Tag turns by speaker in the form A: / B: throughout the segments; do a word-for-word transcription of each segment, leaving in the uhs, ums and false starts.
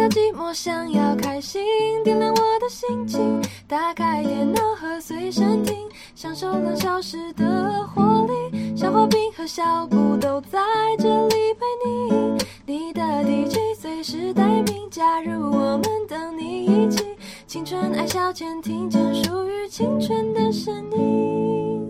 A: 的寂寞想要开心，点亮我的心情，打开电脑和随身听，享受两小时的活力。小花饼和小布都在这里陪你，你的 D J 随时待命，加入我们等你一起，青春爱消遣，听见属于青春的声音。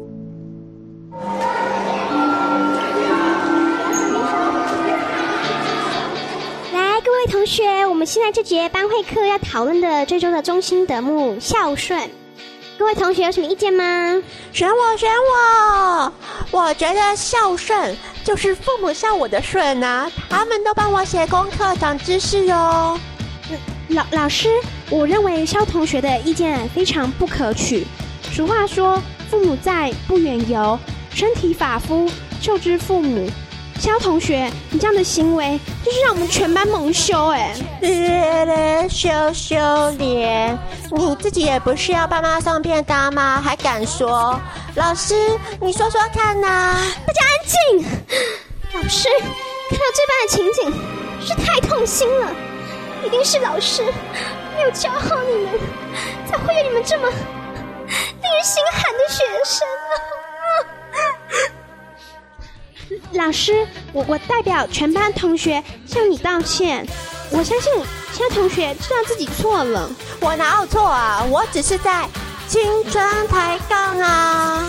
B: 来，各位同学，我们现在这节班会课要讨论的最终的中心德目孝顺，各位同学有什么意见吗？
C: 选我，选我！我觉得孝顺就是父母孝我的顺啊，他们都帮我写功课、长知识哦。
B: 老老师，我认为肖同学的意见非常不可取。俗话说，父母在，不远游，身体发肤，受之父母。肖同学，你这样的行为就是让我们全班蒙羞哎！
C: 咧咧羞羞脸，你自己也不是要爸妈送便当吗？还敢说？老师，你说说看呐、啊！
B: 大家安静！老师，看到这般的情景，是太痛心了。一定是老师没有教好你们，才会有你们这么令人心寒的学生啊！老师，我我代表全班同学向你道歉。我相信现在同学知道自己错了。
C: 我哪有错啊？我只是在青春抬杠啊！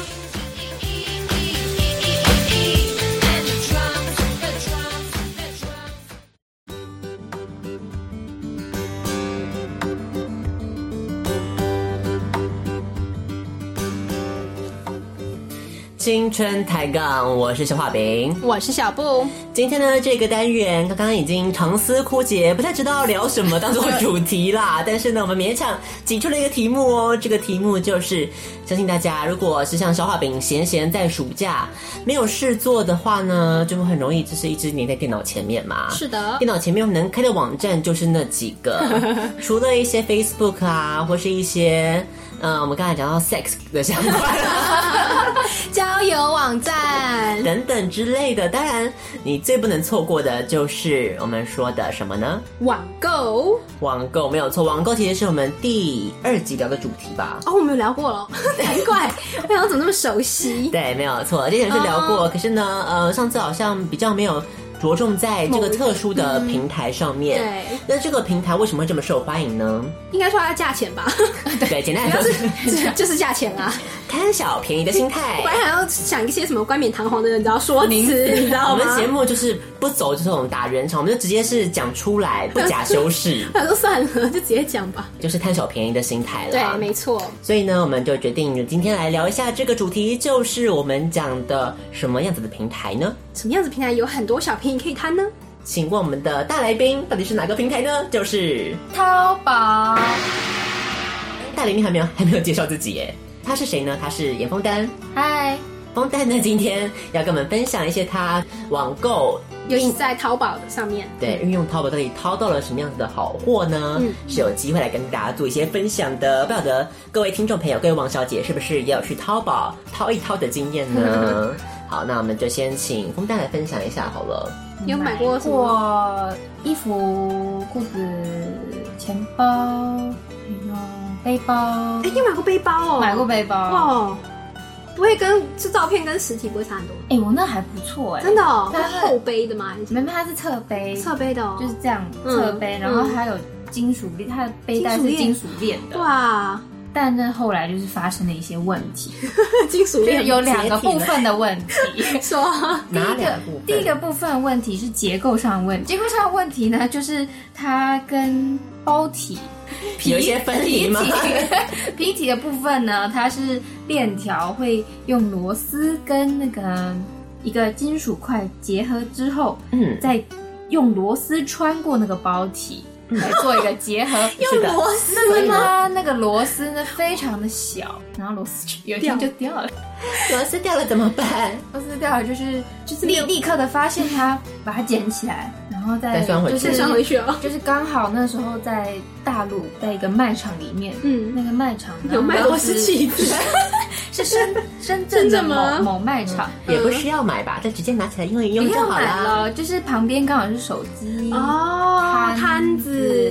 D: 青春抬杠，我是小画饼，
A: 我是小布。
D: 今天呢，这个单元刚刚已经长思枯竭，不太知道聊什么当做主题啦。但是呢，我们勉强挤出了一个题目哦。这个题目就是，相信大家如果是像小画饼闲闲在暑假没有事做的话呢，就会很容易就是一直黏在电脑前面嘛。
A: 是的，
D: 电脑前面能开的网站就是那几个，除了一些 Facebook 啊，或是一些。嗯，我们刚才讲到 sex 的相关
A: 交友网站
D: 等等之类的，当然你最不能错过的就是我们说的什么呢？
A: 网购。
D: 网购没有错，网购其实是我们第二集聊的主题吧？
A: 哦，我们有聊过了，难怪我想怎么那么熟悉。
D: 对，没有错，之前是聊过，哦、可是呢，呃，上次好像比较没有着重在这个特殊的平台上面。
A: 嗯、对，
D: 那这个平台为什么会这么受欢迎呢？
A: 应该说它的价钱吧。
D: 对，简单来说
A: 是就是价钱啊，
D: 贪小便宜的心态。
A: 不然还要想一些什么冠冕堂皇的人，你知道说辞，你知道吗？
D: 我们节目就是不走这种打圆场，我们就直接是讲出来，不假修饰。
A: 他说算了，就直接讲吧，
D: 就是贪小便宜的心态了。
A: 对，没错。
D: 所以呢，我们就决定今天来聊一下这个主题，就是我们讲的什么样子的平台呢？
A: 什么样子平台有很多小便宜可以贪呢？
D: 请问我们的大来宾到底是哪个平台呢？就是
E: 淘宝。
D: 大来宾还没有还没有介绍自己耶，他是谁呢？他是严枫丹。
E: 嗨，
D: 枫丹呢今天要跟我们分享一些他网购，
A: 尤其在淘宝的上面，
D: 对，运用淘宝到底淘到了什么样子的好货呢？嗯，是有机会来跟大家做一些分享的。不晓得各位听众朋友，各位王小姐是不是也有去淘宝掏一掏的经验呢？好，那我们就先请枫丹来分享一下好了。
A: 你有买过什么？
E: 过衣服、裤子、钱包，还有背包。
A: 哎，你有买过背包哦？
E: 买过背包
A: 哦。不会跟这照片跟实体不会差很多？
E: 哎、欸，我那还不错哎、欸，
A: 真的哦。它是后背的吗？
E: 没有，它是侧背，
A: 侧背的哦，
E: 就是这样侧背，嗯、然后还有金属链，它的背带是金属链的。
A: 哇！
E: 但那后来就是发生了一些问题，
A: 金属链
E: 有两个部分的问题。
A: 说
E: 哪两个部分？第一个部分问题是结构上的问题，结构上的问题呢，就是它跟包体
D: 有一些分离吗？
E: 皮体的部分呢，它是链条会用螺丝跟那个一个金属块结合之后，嗯，再用螺丝穿过那个包体。来做一个结合，
A: 用螺丝
E: 吗？那个螺丝呢非常的小，然后螺丝有一天就掉了。
D: 螺丝掉了怎么办？
E: 螺丝掉了就是就是立立刻的发现它，把它捡起来，然后再
D: 再拴回去，
E: 就是
A: 拴回去哦。
E: 就是刚好那时候在大陆，在一个卖场里面，嗯，那个卖场
A: 有卖螺丝起子。
E: 是深深圳的某某卖场、
D: 嗯，也不需要买吧，就直接拿起来用一用就好
E: 了。就是旁边刚好是手机
A: 哦，摊子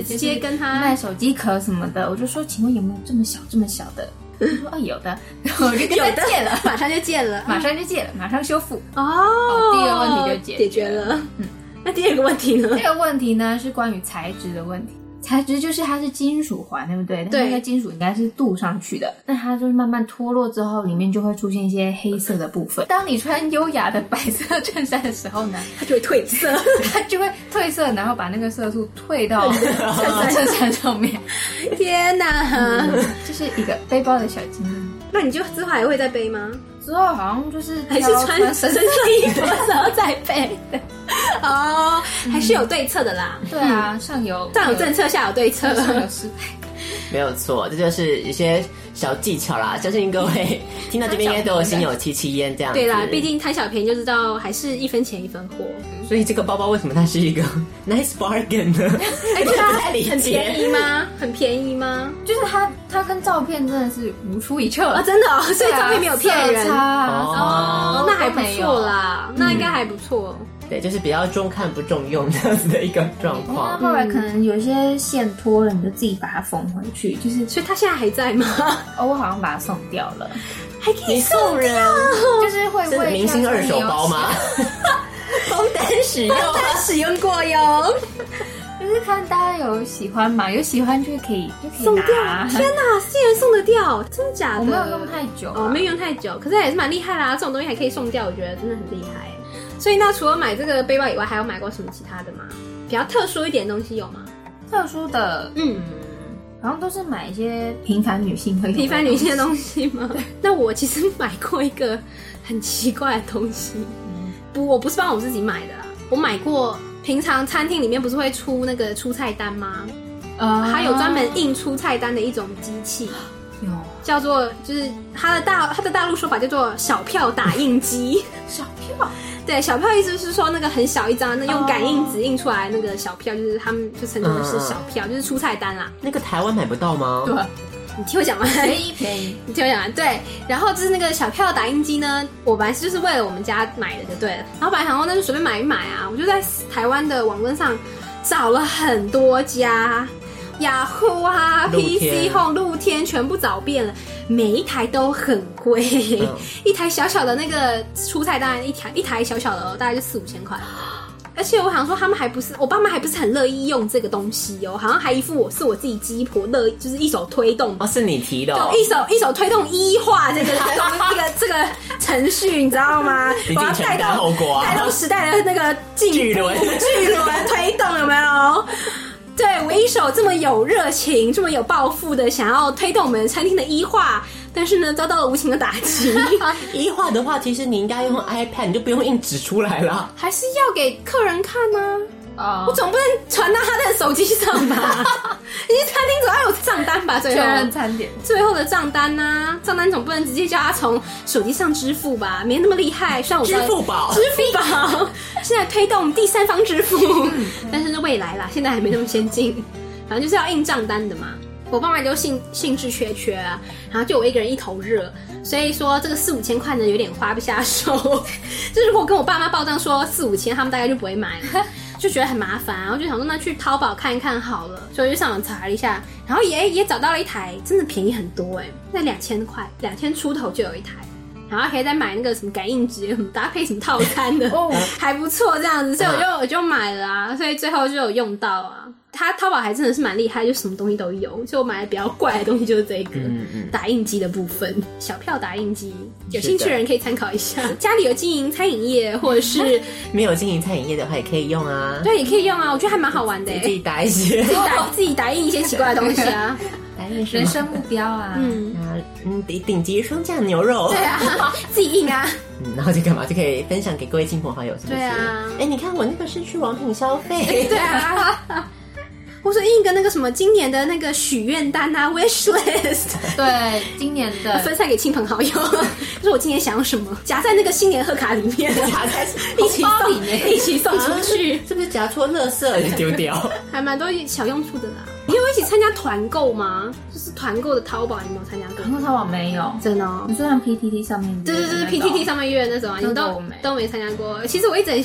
E: 直
F: 接跟他
E: 卖手机壳什么的，我就说，请问有没有这么小这么小的？他说哦有的，然后我就跟他借了，
F: 马上就借了，
E: 马上就借了，马上修复。
F: 哦，
E: 哦第一个问题就解
F: 解决了。嗯，那第二个问题呢？
E: 第二个问题呢是关于材质的问题。材质就是它是金属环，对不对？
F: 对，
E: 那个金属应该是镀上去的，那它就是慢慢脱落之后，里面就会出现一些黑色的部分。当你穿优雅的白色衬衫的时候呢，
F: 它就会褪色，
E: 它就会褪色，然后把那个色素退到衬衫上面。
F: 天哪、嗯！
E: 这是一个背包的小经验。
F: 那你就之后还会再背吗？
E: 之后好像就是
F: 还是穿深色衣服的时候再背。哦，还是有对策的啦。
E: 对啊，上有
F: 上有政策，下有对策，
E: 上有失败。
D: 没有错，这就是一些小技巧啦。相信各位听到这边应该都有心有戚戚焉这样子。
F: 对啦，毕竟贪小便宜就知道还是一分钱一分货。
D: 所以这个包包为什么它是一个 nice bargain 呢？
F: 哎，对啊，很便宜吗？很便宜吗？
E: 就是它，它跟照片真的是如出一辙
F: 啊、哦！真的哦，所以照片没有骗人
E: 啊！
F: 哦，那还不错啦，那应该还不错。
D: 对，就是比较中看不中用这样子的一个状况。
E: 那后来可能有些线脱了，你就自己把它缝回去。就是，
F: 所以它现在还在吗？
E: 哦，我好像把它送掉了，
F: 还可以送人，
E: 就是会为
D: 明星二手包吗？
F: 红单使用，红单使用过哟。
E: 就是看大家有喜欢嘛，有喜欢就可以就可以
F: 送掉。天哪，竟然送得掉，真的假的？
E: 我没有用太久、啊，
F: 哦，没有用太久，可是也是蛮厉害啦。这种东西还可以送掉，我觉得真的很厉害。所以那除了买这个背包以外，还有买过什么其他的吗？比较特殊一点的东西有吗？
E: 特殊的，
F: 嗯，
E: 好像都是买一些平凡女性会
F: 平凡女性的东西吗？那我其实买过一个很奇怪的东西，嗯、不，我不是帮我自己买的啦，我买过。平常餐厅里面不是会出那个出菜单吗？呃，它有专门印出菜单的一种机器，有叫做就是它的大它的大陆说法叫做小票打印机。
E: 小票，
F: 对，小票意思是说那个很小一张，那用感应纸印出来那个小票，就是他们就称之为是小票，嗯、就是出菜单啦。
D: 那个台湾买不到吗？
F: 对。你听我讲完，
E: 便宜便宜。
F: 你听我讲完，对。然后就是那个小票打印机呢，我本来就是为了我们家买的，就对了。然后本来想说那就随便买一买啊，我就在台湾的网络上找了很多家，雅虎啊、P C Home、露天全部找遍了，每一台都很贵，嗯、一台小小的那个出菜单，一台一台小小的大概就四五千块。而且我想说，他们还不是我爸妈还不是很乐意用这个东西哦，好像还一副我是我自己鸡婆乐，就是一手推动
D: 哦，是你提的、哦，
F: 一手一手推动医化这个这个这个程序，你知道吗？
D: 我要带动后果啊，
F: 带动时代的那个巨轮巨轮推动，有没有？对，我一手这么有热情、这么有抱负的想要推动我们餐厅的医化，但是呢，遭到了无情的打击。
D: 医化的话，其实你应该用 iPad， 你就不用印纸出来了。
F: 还是要给客人看呢、啊？哦，我总不能传到他的手机上吧？因为餐厅总要有账单吧？最后
E: 确认餐点，
F: 最后的账单呢、啊？账单总不能直接叫他从手机上支付吧？没那么厉害。像我
D: 支付宝，
F: 支付宝现在推动第三方支付，但是是未来啦，现在还没那么先进。反正就是要印账单的嘛。我爸妈就兴兴致缺缺啊，然后就我一个人一头热，所以说这个四五千块呢有点花不下手。就是如果我跟我爸妈报账说四五千，他们大概就不会买了。就觉得很麻烦，然后就想说那去淘宝看一看好了，所以就上网查了一下，然后也也找到了一台，真的便宜很多哎，那两千块，两千出头就有一台，然后还可以再买那个什么感应纸，什么搭配什么套餐的，哦，还不错这样子，所以我就我就买了啊，所以最后就有用到啊。它淘宝还真的是蛮厉害，就什么东西都有，所以我买的比较怪的东西就是这个、嗯嗯、打印机的部分，小票打印机，有兴趣的人可以参考一下。家里有经营餐饮业或者是
D: 没有经营餐饮业的话也可以用啊，
F: 对，也可以用啊，我觉得还蛮好玩的，
D: 自己打一些，
F: 自己打自己打印一些奇怪的东西啊。
D: 打印
E: 人生目标啊，
F: 嗯
D: 嗯，顶顶级双酱牛肉，
F: 对啊，自己印啊，
D: 嗯，然后就干嘛就可以分享给各位亲朋好友，是不是？
F: 对啊，
D: 哎，你看我那个是去王品消费，
F: 对啊。或者印个那个什么今年的那个许愿单啊 ，wish list，
E: 对，今年的
F: 分散给亲朋好友，就是我今年想要什么，夹在那个新年贺卡里面，夹在一起送里面，一起送出去，
D: 是不是夹错垃圾就丢掉？
F: 还蛮多小用处的啦。你有一起参加团购吗？就是团购的淘宝，你有没有参加过？
E: 团购淘宝没有，
F: 真的、哦。
E: 你说像 P T T 上面，
F: 对对对 ，P T T 上面约的那种啊，你都都没参加过。其实我一直很想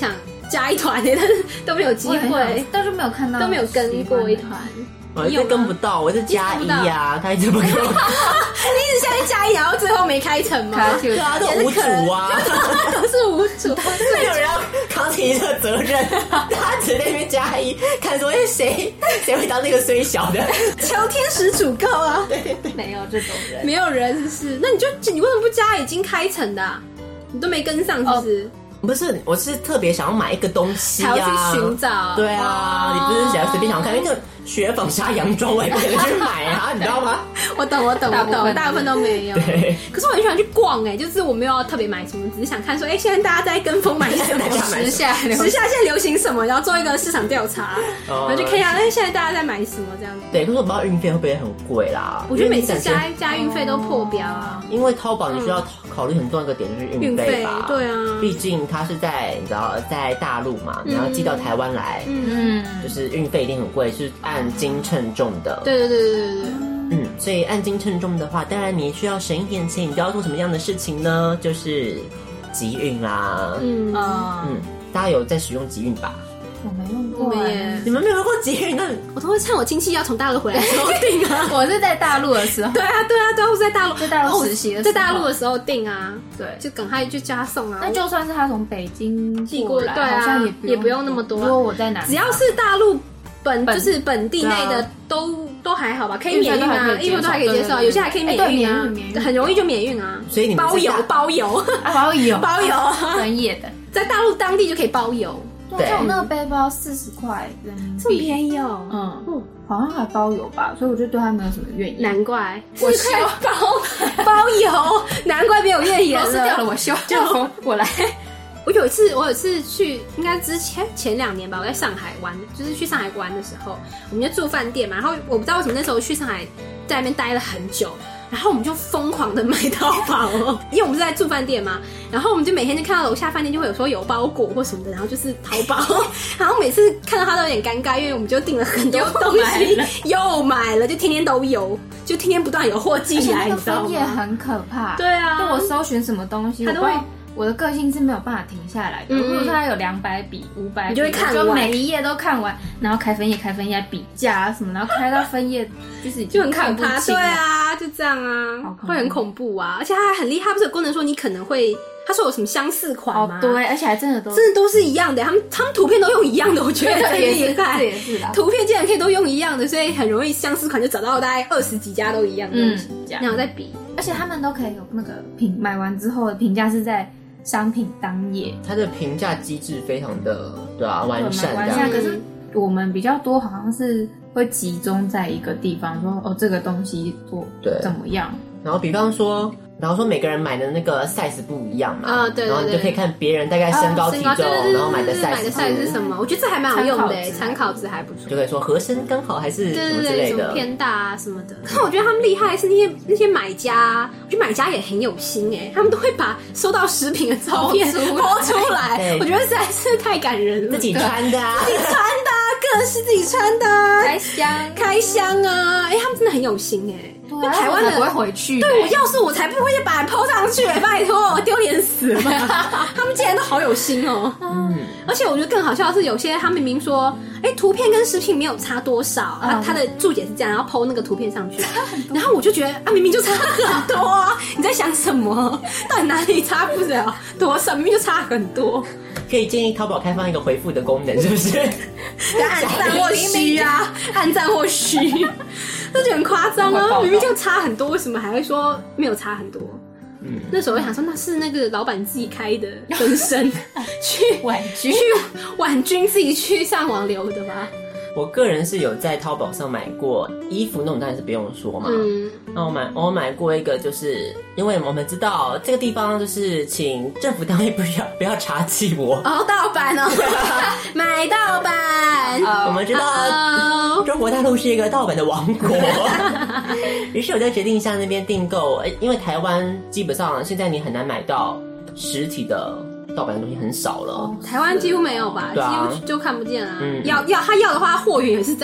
F: 加一团诶，但是都没有机会，
E: 但是没有看到，
F: 都没有跟过一团。
D: 我一直跟不到，我是加一呀，他一直不跟我。
F: 你一直下去加一，然后最后没开成吗？
D: 对啊，都无主啊，
F: 都是无主，
D: 没有人要扛起这个责任，他只在那边加一，看说哎谁谁会当那个虽小的，
F: 求天使主告啊！
D: 对对，
E: 没有这种人，
F: 没有人是不是？那你就你为什么不加已经开成的、啊？你都没跟上是不是？哦
D: 不是，我是特别想要买一个东西啊，
F: 还要去寻找。
D: 对啊，哦、你不是想要随便想要看那个雪纺纱洋装，我也不可能去买啊，你知道吗？
F: 我懂，我懂，我懂，大部分都没有。
D: 对，
F: 可是我很喜欢去逛哎、欸，就是我没有要特别买什么，只是想看说，哎、欸，现在大家在跟风买什么，
E: 时下
F: 时下现在流行什么，然后做一个市场调查，哦、然后就看一下，哎，现在大家在买什么这样子。
D: 对，可是我不知道运费会不会很贵啦。
F: 我觉得每次加加运费都破标啊，
D: 因为淘宝你需要考虑很重要一个点就是运费吧，
F: 对啊，
D: 毕竟它是在你知道在大陆嘛，你要寄到台湾来，
F: 嗯，
D: 就是运费一定很贵，是按斤称重的。
F: 对对对对对对。
D: 嗯，所以按斤称重的话，当然你需要省一点钱，你就要做什么样的事情呢？就是集运啦。
F: 嗯
D: 嗯，大家有在使用集运吧？
E: 我没用过耶，
D: 你们没有用过集运？那
F: 我都会趁我亲戚要从大陆回来的时候订啊。
E: 我是在大陆的时候，
F: 对啊对啊对啊，我是在大陆，
E: 在大陆实习的时候，
F: 在大陆的时候订啊。
E: 对，
F: 就赶快就叫他送啊。
E: 那就算是他从北京
F: 寄过来，
E: 对啊，好像也
F: 也不用那么多。
E: 如果我在哪，
F: 只要是大陆本就是本地内的都都还好吧，可以免运啊，因为都还可以接受，有些还可以免运啊，很容易就免运啊。
D: 所以你们
F: 包邮包邮
E: 包邮
F: 包邮，
E: 专业的，
F: 在大陆当地就可以包邮。
E: 对，像我那个背包四十块人民币，
F: 这么便宜哦。
E: 嗯，好像还包邮吧，所以我就对他没有什么怨言。
F: 难怪
E: 我修
F: 包包邮，难怪没有怨言了。
E: 螺丝掉了我修，就我来。
F: 我有一次，我有一次去，应该之前前两年吧，我在上海玩，就是去上海玩的时候，我们就住饭店嘛。然后我不知道为什么那时候去上海，在那边待了很久。然后我们就疯狂的买淘宝哦，因为我们是在住饭店嘛，然后我们就每天就看到楼下饭店就会有说有包裹或什么的，然后就是淘宝，然后每次看到它都有点尴尬，因为我们就订了很多东西，又买了，就天天都有，就天天不断有货寄来，你知道吗？
E: 分页很可怕，
F: 对啊，
E: 就我搜寻什么东西，
F: 它都会。
E: 我的个性是没有办法停下来的。如果说它有两百笔、五百笔，
F: 你就会看完，
E: 就每一页都看完，然后开分页、开分页、比价啊什么，然后开到分页就是
F: 就很可怕。对啊，就这样啊，会很恐怖啊！而且它还很厉害，不是有功能说你可能会，他说有什么相似款吗？
E: 哦，对，而且还真的都
F: 真的都是一样的，他们他们图片都用一样的，我觉得很厉害。
E: 这也是啦，
F: 图片竟然可以都用一样的，所以很容易相似款就找到大概二十几家都一样的东西，然后再比，
E: 而且他们都可以有那个评买完之后的评价是在。商品当页，
D: 它的评价机制非常的对啊完善，
E: 完善。可是我们比较多好像是会集中在一个地方，说哦这个东西做对怎么样，
D: 然后比方说。然后说每个人买的那个 size 不一样嘛，
F: 啊、哦、对, 对, 对，
D: 然后你就可以看别人大概身高体重，
F: 哦、
D: 然后买的 size
F: 买的 size 是什么？我觉得这还蛮好用的，参考值还不错，
D: 就可以说合身刚好还是什么之类的，
F: 什么偏大啊什么的。可是我觉得他们厉害是那些那些买家，我觉得买家也很有心哎，他们都会把收到食品的照片抛出来，我觉得实在是太感人了。
D: 自己穿的啊，
F: 自己穿的啊，个人是自己穿的啊，
E: 开箱
F: 开箱啊，哎，他们真的很有心哎。
E: 对啊，台湾的不会回去。
F: 对，我要是我才不会就把它 po 上去，拜托，丢脸死了吧！他们竟然都好有心哦。嗯，而且我觉得更好笑的是，有些他明明说，哎，图片跟食品没有差多少，嗯、啊，他的注解是这样，然后 po 那个图片上去，然后我就觉得啊，明明就差很多啊！你在想什么？到底哪里差不了多少？明明就差很多。
D: 可以建议淘宝开放一个回复的功能，是不是？
F: 按赞或虚啊，按赞或虚。这就很夸张啊！明明就差很多，为什么还会说没有差很多？嗯，那时候我想说，那是那个老板自己开的分身，去
E: 婉君，
F: 去婉君自己去上网留的吧。
D: 我个人是有在淘宝上买过衣服，那种当然是不用说嘛。嗯，那我买我买过一个，就是因为我们知道这个地方就是请政府单位不要不要查缉我
F: 哦，盗版哦，买盗版。
D: Oh, 我们知道、oh. 中国大陆是一个盗版的王国，于是我就决定向那边订购，因为台湾基本上现在你很难买到实体的。盗版的东西很少了，
F: 台湾几乎没有吧，
D: 对啊、
F: 几乎就看不见啊。嗯、要要他要的话，货源也是在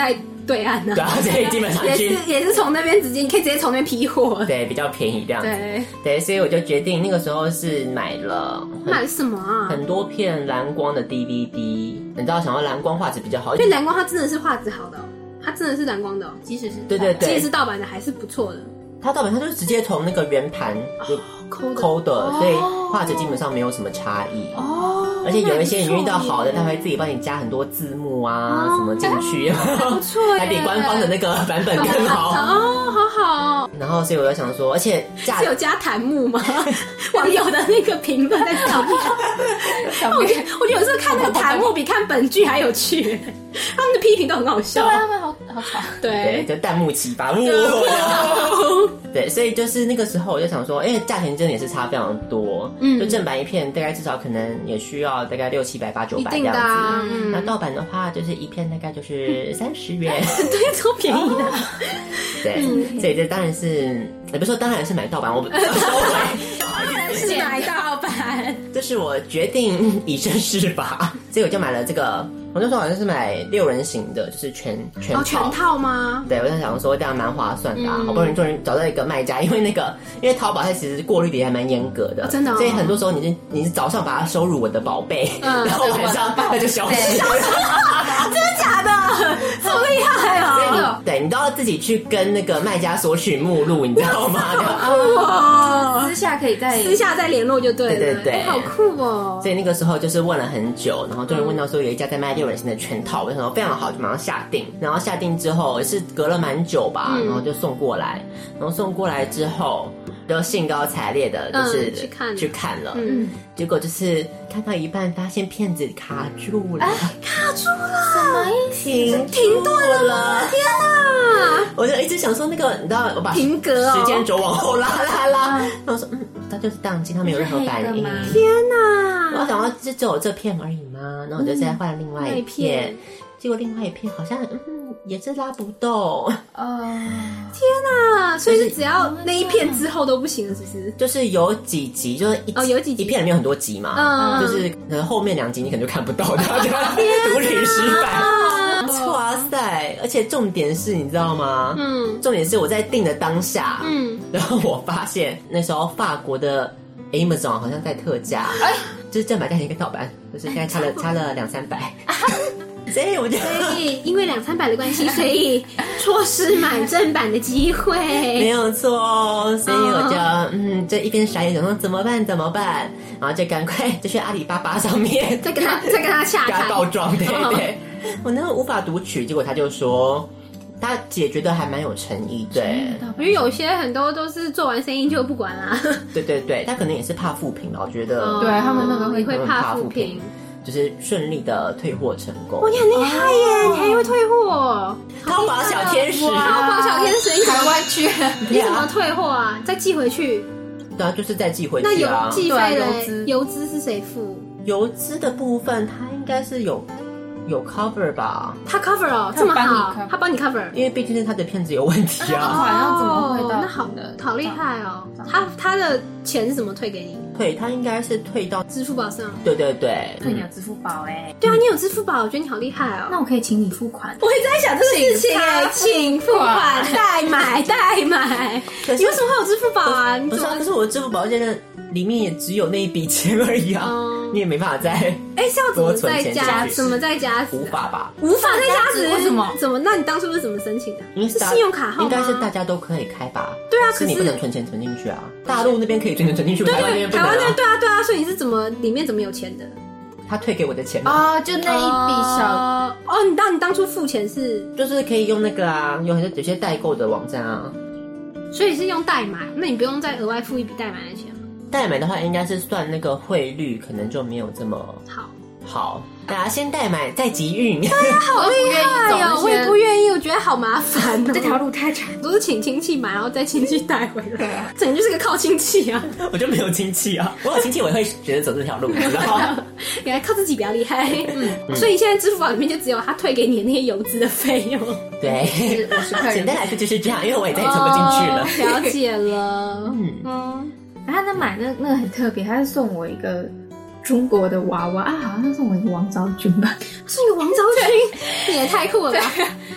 F: 对岸啊，
D: 对啊，所以基本上
F: 也
D: 去
F: 是也是从那边直接，你可以直接从那边批货。
D: 对比较便宜这样子。
F: 对
D: 对，所以我就决定那个时候是买了
F: 买了什么啊？
D: 很多片蓝光的 D V D， 你知道想要蓝光画质比较好，
F: 因为蓝光它真的是画质好的、哦，它真的是蓝光的、哦，
E: 即使是
D: 对对对，
F: 即使是盗版的还是不错的。
D: 它盗版它就是直接从那个圆盘就
F: 抠的
D: 抠的，所以画质基本上没有什么差异。
F: 哦，
D: 而且有一些你遇到好的，他会自己帮你加很多字幕啊、什么进去，
F: 不错耶，
D: 还比官方的那个版本更好。
F: 哦，好好。
D: 然后所以我就想说，而且价
F: 是有加弹幕吗？网友的那个评论在上面。我觉得我觉得有时候看那个弹幕比看本剧还有趣，他们的批评都很好笑。
E: 对，他们好好吵。
F: 对，
D: 对，就弹幕齐发，对，所以就是那个时候我就想说，因为价钱真的也是差非常多，嗯，就正版一片大概至少可能也需要大概六七百八九百这样子，
F: 啊
D: 嗯、那盗版的话就是一片大概就是三十元，
F: 对，超便宜的。
D: 对，嗯、所以这当然是，也不是说当然是买盗版，我
F: 是买盗版，
D: 这是我决定以身试法，所以我就买了这个。我那时候好像是买六人型的，就是全全套。
F: 哦，全套吗？
D: 对，我在想说这样蛮划算的啊，嗯、好不容易终于找到一个卖家，因为那个因为淘宝它其实过滤的也还蛮严格的，
F: 哦、真的、哦。
D: 所以很多时候你是你是早上把它收入我的宝贝，嗯、然后晚上它就消失了，
F: 真的假的？这么厉害啊！
D: 对，你都要自己去跟那个卖家索取目录，你知道吗？
E: 哦，私下可以再
F: 私下再联络就对了。
D: 对对对，
F: 欸、好酷哦！
D: 所以那个时候就是问了很久，然后终于问到说有一家在卖六人型的全套，我就说非常好，就马上下定。然后下定之后也是隔了蛮久吧，嗯、然后就送过来。然后送过来之后，就兴高采烈的，就是、
F: 嗯、去看
D: 去看了。
F: 嗯，
D: 结果就是看到一半，发现片子卡住了，
F: 哎、卡住了，
E: 什么意思？
D: 停
F: 停顿了！天哪！
D: 我就一直想说那个，你知道，我把
F: 停格
D: 时间轴往后拉拉拉，然后说嗯，它就是宕机，它没有任何反应。
F: 天哪！
D: 我想说这只有这片而已吗？然后我就再换另外一片。嗯结果另外一片好像嗯也是拉不动哦，
F: 天哪！所以是只要那一片之后都不行了，是不是？
D: 就是有几集，就是一
F: 哦有几集
D: 一片里面有很多集嘛，嗯，就是可能后面两集你可能就看不到，然后就独立失败。哇塞！而且重点是你知道吗？嗯，重点是我在订的当下，嗯，然后我发现那时候法国的 Amazon 好像在特价，哎，就是正版价钱跟盗版，就是现在差了差了两三百。所以我就
F: 所以因为两三百的关系，所以错失买正版的机会，
D: 没有错。所以我就、哦、嗯，这一边傻眼想说怎么办怎么办，然后就赶快就去阿里巴巴上面
F: 再跟他再跟他洽谈，
D: 跟他告状，对对对。哦、我那个无法读取，结果他就说他解决的还蛮有诚意，对。
F: 因为有些很多都是做完生意就不管啦。
D: 对对对，他可能也是怕负评吧，我觉得。
E: 哦、对他们那个会
F: 会怕负评。
D: 就是顺利的退货成功。
F: 哇，你很厉害耶！哦、你还会退货？
D: 淘宝小天使，
F: 淘宝小天使，你
E: 台湾去，
F: 你怎么退货啊？再寄回去？
D: 对啊，就是再寄回去、啊。
F: 那邮寄费嘞？
E: 邮资
F: 邮资是谁付？
D: 邮资的部分，它应该是有有 cover 吧？
F: 他 cover 哦，这么好，他帮你 cover，
D: 因为毕竟是他的片子有问题啊。
E: 好像怎么会到？
F: 那好的，好厉害哦！他他的钱是怎么退给你？
D: 退，他应该是退到
F: 支付宝上。
D: 对对对，
E: 退你有支付宝哎、欸。
F: 对啊，你有支付宝，我觉得你好厉害哦。
E: 那我可以请你付款。
F: 我一直在想这个事情哎，请付款、代买、代买。你为什么会有支付宝啊？
D: 不是啊，可是我的支付宝现在里面也只有那一笔钱而已啊，嗯、你也没办法再。
F: 哎，是要怎么再加？怎么再加？
D: 无法吧？
F: 无法再加值？
E: 为什么？
F: 怎么？那你当初是怎么申请的？
D: 因为
F: 是信用卡号吗？
D: 应该是大家都可以开吧？
F: 对啊，可
D: 是你不能存钱存进去啊。大陆那边可以存钱存进去，台湾那边不能、啊。
F: 台湾那边对啊对啊，所以你是怎么里面怎么有钱的？
D: 他退给我的钱
E: 哦，就那一笔小
F: 哦，哦你当你当初付钱是
D: 就是可以用那个啊，有很多有些代购的网站啊，
F: 所以是用代买，那你不用再额外付一笔代买的钱吗？
D: 代买的话，应该是算那个汇率，可能就没有这么
F: 好。
D: 好，大家先代买再集运。
F: 对啊，好厉害哦！我也不愿意，我觉得好麻烦哦。
E: 这条路太长，
F: 都是请亲戚买，然后再亲戚带回来，整个就是个靠亲戚啊。
D: 我就没有亲戚啊，我有亲戚我也会选择走这条路，然后
F: 原来靠自己比较厉害。嗯，嗯所以现在支付宝里面就只有他退给你的那些邮资的费用。
D: 对，
E: 五十块。
D: 简单来说就是这样，因为我也再也存不进去了。
F: 哦、了解了。嗯
E: 嗯，然后他买那那个很特别，他是送我一个。中国的娃娃啊，好像送我一个王昭君吧，
F: 送一个王昭君，你也太酷了吧！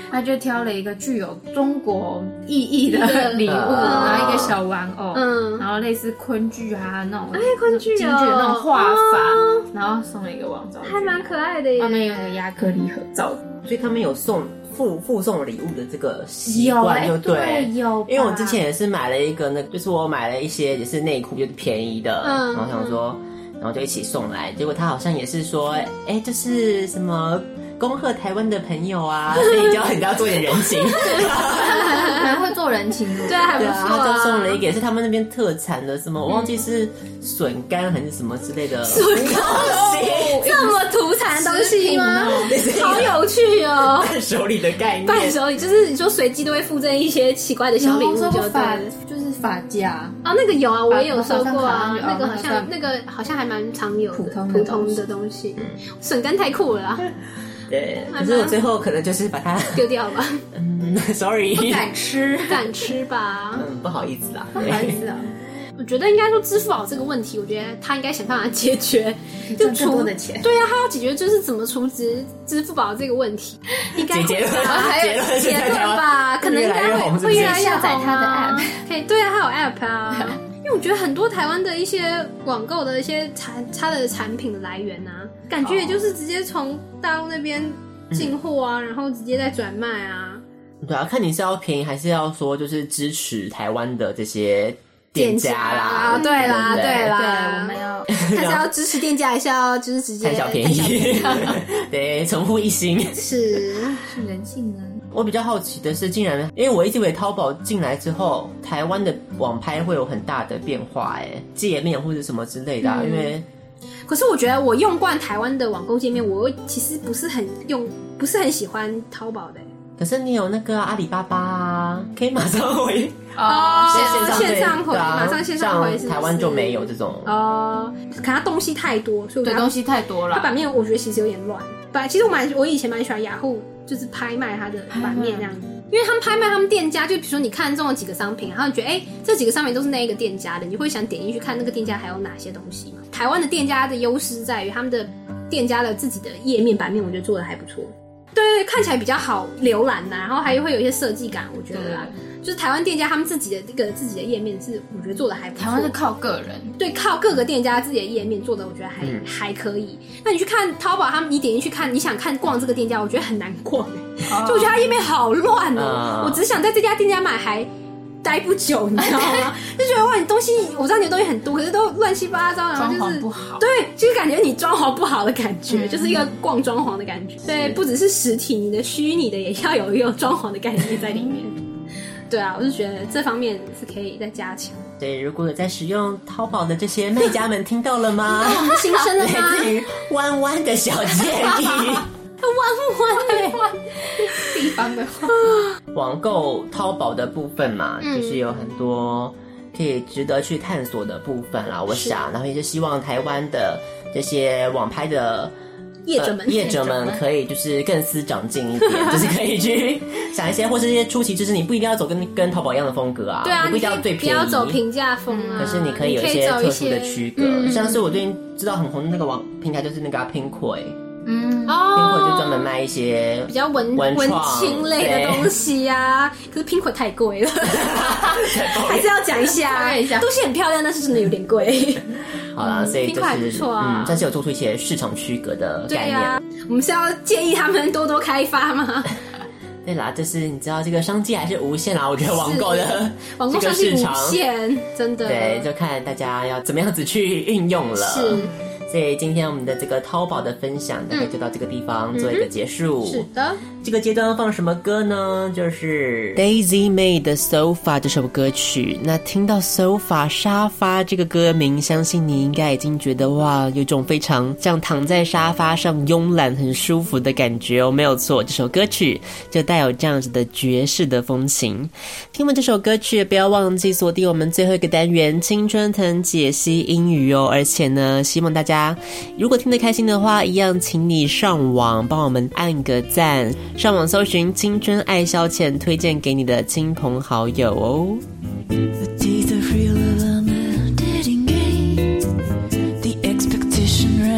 E: 他就挑了一个具有中国意义的礼物，然后一个小玩偶，嗯，然后类似昆剧啊那种，
F: 哎，昆剧哦，
E: 京剧的那种画法，哦、然后送了一个王昭君，
F: 还蛮可爱的耶。
E: 他们有个亚克力合照，
D: 所以他们有送附附送礼物的这个习惯，就对，
E: 对有。
D: 因为我之前也是买了一个，那就是我买了一些也是内裤，就是便宜的，嗯，然后想说，然后就一起送来，结果他好像也是说，哎，这是什么？恭贺台湾的朋友啊，所以就要你要做点人情，
E: 蛮会做人情的，
F: 对，还不错、啊。
D: 他就送了一个，也是他们那边特产的，什么我忘记是笋干还是什么之类的
F: 笋干，这么土产的东西吗？好有趣哦！
D: 伴手礼的概念，
F: 伴手礼就是你说随机都会附赠一些奇怪的小礼物，就
E: 发就是发夹
F: 啊，那个有啊，我也有收过啊，那个好像那个好像还蛮常有的
E: 普通
F: 普通的东西，笋干太酷了啦。
D: 对，可是我最后可能就是把它
F: 丢掉吧。
D: 嗯 ，sorry，
E: 不敢吃，
F: 不敢吃吧？
D: 嗯，不好意思啦，
F: 不好意思啊。我觉得应该说支付宝这个问题，我觉得他应该想办法解决，
E: 就出更多的钱。
F: 对啊，他要解决就是怎么储值支付宝这个问题。应该
D: 结论
F: 还有结论吧？可能应该会会越来越
E: 下载他的 app。
F: 可以，对啊，他有 app 啊。因为我觉得很多台湾的一些网购的一些产它的产品的来源啊，感觉也就是直接从大陆那边进货啊，嗯、然后直接再转卖啊。
D: 对啊，看你是要便宜还是要说就是支持台湾的这些店家啦。
F: 对啦，对, 对啦，
E: 对，我们要
F: 看是要支持店家，还是要就是直接
D: 贪小便宜？对，宠乎一心
F: 是
E: 是人性呢。
D: 我比较好奇的是，竟然因为我一直以为淘宝进来之后，台湾的网拍会有很大的变化，哎，界面或者什么之类的、啊嗯，因为。
F: 可是我觉得我用惯台湾的网购界面，我其实不是很用，不是很喜欢淘宝的。
D: 可是你有那个阿里巴巴啊，可以马上回
F: 哦，
D: 线
F: 线上回，
D: 啊、
F: 马上线上回是不是，
D: 台湾就没有这种
F: 哦。可它东西太多，所以
E: 对东西太多了，
F: 它版面我觉得其实有点乱。本来其实我蛮我以前蛮喜欢雅虎，就是拍卖它的版面这样子。因为他们拍卖他们店家，就比如说你看中了几个商品，然后你觉得哎、欸、这几个商品都是那一个店家的，你会想点进去看那个店家还有哪些东西嘛？台湾的店家的优势在于他们的店家的自己的页面版面，我觉得做的还不错。对对对，看起来比较好浏览呐，然后还会有一些设计感，我觉得啦。就是台湾店家他们自己的这个自己的页面是我觉得做的还不错。
E: 台湾是靠个人，
F: 对，靠各个店家自己的页面做的，我觉得还、嗯、还可以。那你去看淘宝，他们你点进去看，你想看逛这个店家，我觉得很难逛、欸 oh. 就我觉得它页面好乱哦、喔 uh. 我只想在这家店家买还待不久，你知道吗？就觉得哇，你东西我知道你的东西很多，可是都乱七八糟，然后就是
E: 装潢不好，
F: 对，就是感觉你装潢不好的感觉，嗯、就是一个逛装潢的感觉。对，不只是实体，你的虚拟的也要有一个装潢的概念在里面。对啊，我就觉得这方面是可以再加强。
D: 对，如果有在使用淘宝的这些卖家们听到了吗？
F: 我们新生了吗？
D: 来自于弯弯的小建议。
F: 弯弯的
E: 地方的话，
D: 网购淘宝的部分嘛、嗯，就是有很多可以值得去探索的部分啦。我想，然后也是希望台湾的这些网拍的。
F: 业者们、
D: 呃，业者们可以就是更思长进一点，就是可以去想一些，或是一些初期，就是你不一定要走跟跟淘宝一样的风格啊，
F: 对啊，
D: 你不一定要最便宜，
F: 不要走平价风啊。
D: 可是你可以有一些特殊的区隔、嗯，像是我最近知道很红的那个网平台，就是那个 Pinkoi。嗯，哦 ，Pinkoi 就专门卖一些
F: 比较文
D: 文
F: 文青类的东西啊。可是 Pinkoi 太贵了，还是要讲一下，东西很漂亮，但是真的有点贵。
D: 好啦，所以就是
F: 还不错啊，
D: 嗯，但是有做出一些市场区隔的概念。
F: 对啊，我们是要建议他们多多开发吗？
D: 对啦，就是你知道这个商机还是无限啦，我觉得网购的
F: 网购商机无限，真的。
D: 对，就看大家要怎么样子去运用了。
F: 是。
D: 所以今天我们的这个淘宝的分享大概就到这个地方做一个结束。
F: 嗯、是的，
D: 这个阶段放什么歌呢？就是 Daisy May 的 Sofa 这首歌曲。那听到 Sofa 沙发这个歌名，相信你应该已经觉得哇，有种非常像躺在沙发上慵懒很舒服的感觉哦。没有错，这首歌曲就带有这样子的爵士的风情。听完这首歌曲，不要忘记锁定我们最后一个单元青春藤解析英语哦。而且呢，希望大家如果听得开心的话，一样请你上网帮我们按个赞，上网搜寻青春爱消遣，推荐给你的亲朋好友哦。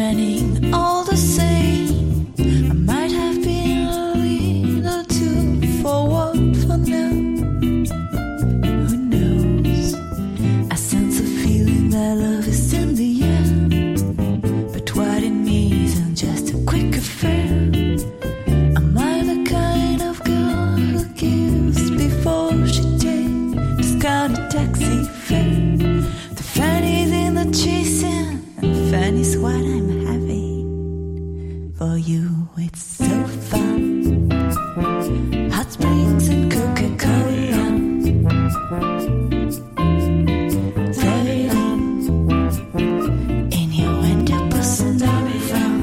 G: All the same, I might have been a little too springs and Coca-Cola. Floating in your window, busting down the phone.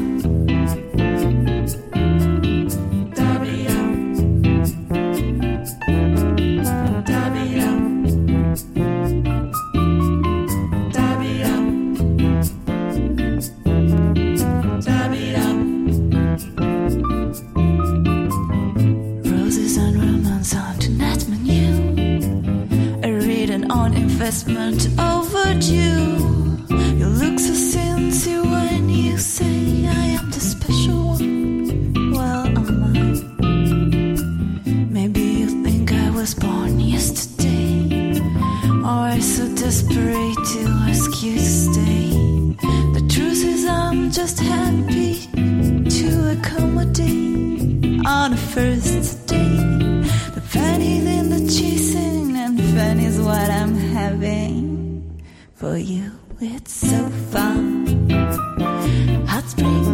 G: Investment overdue. You look so sincere when you say I am the special one. Well, am I? Maybe you think I was born yesterday, or I so desperate to ask you to stay. The truth is I'm just happy to accommodate on a first date. The pennies in the chasing, and fun is what I'm having. For you it's so fun. Hot springs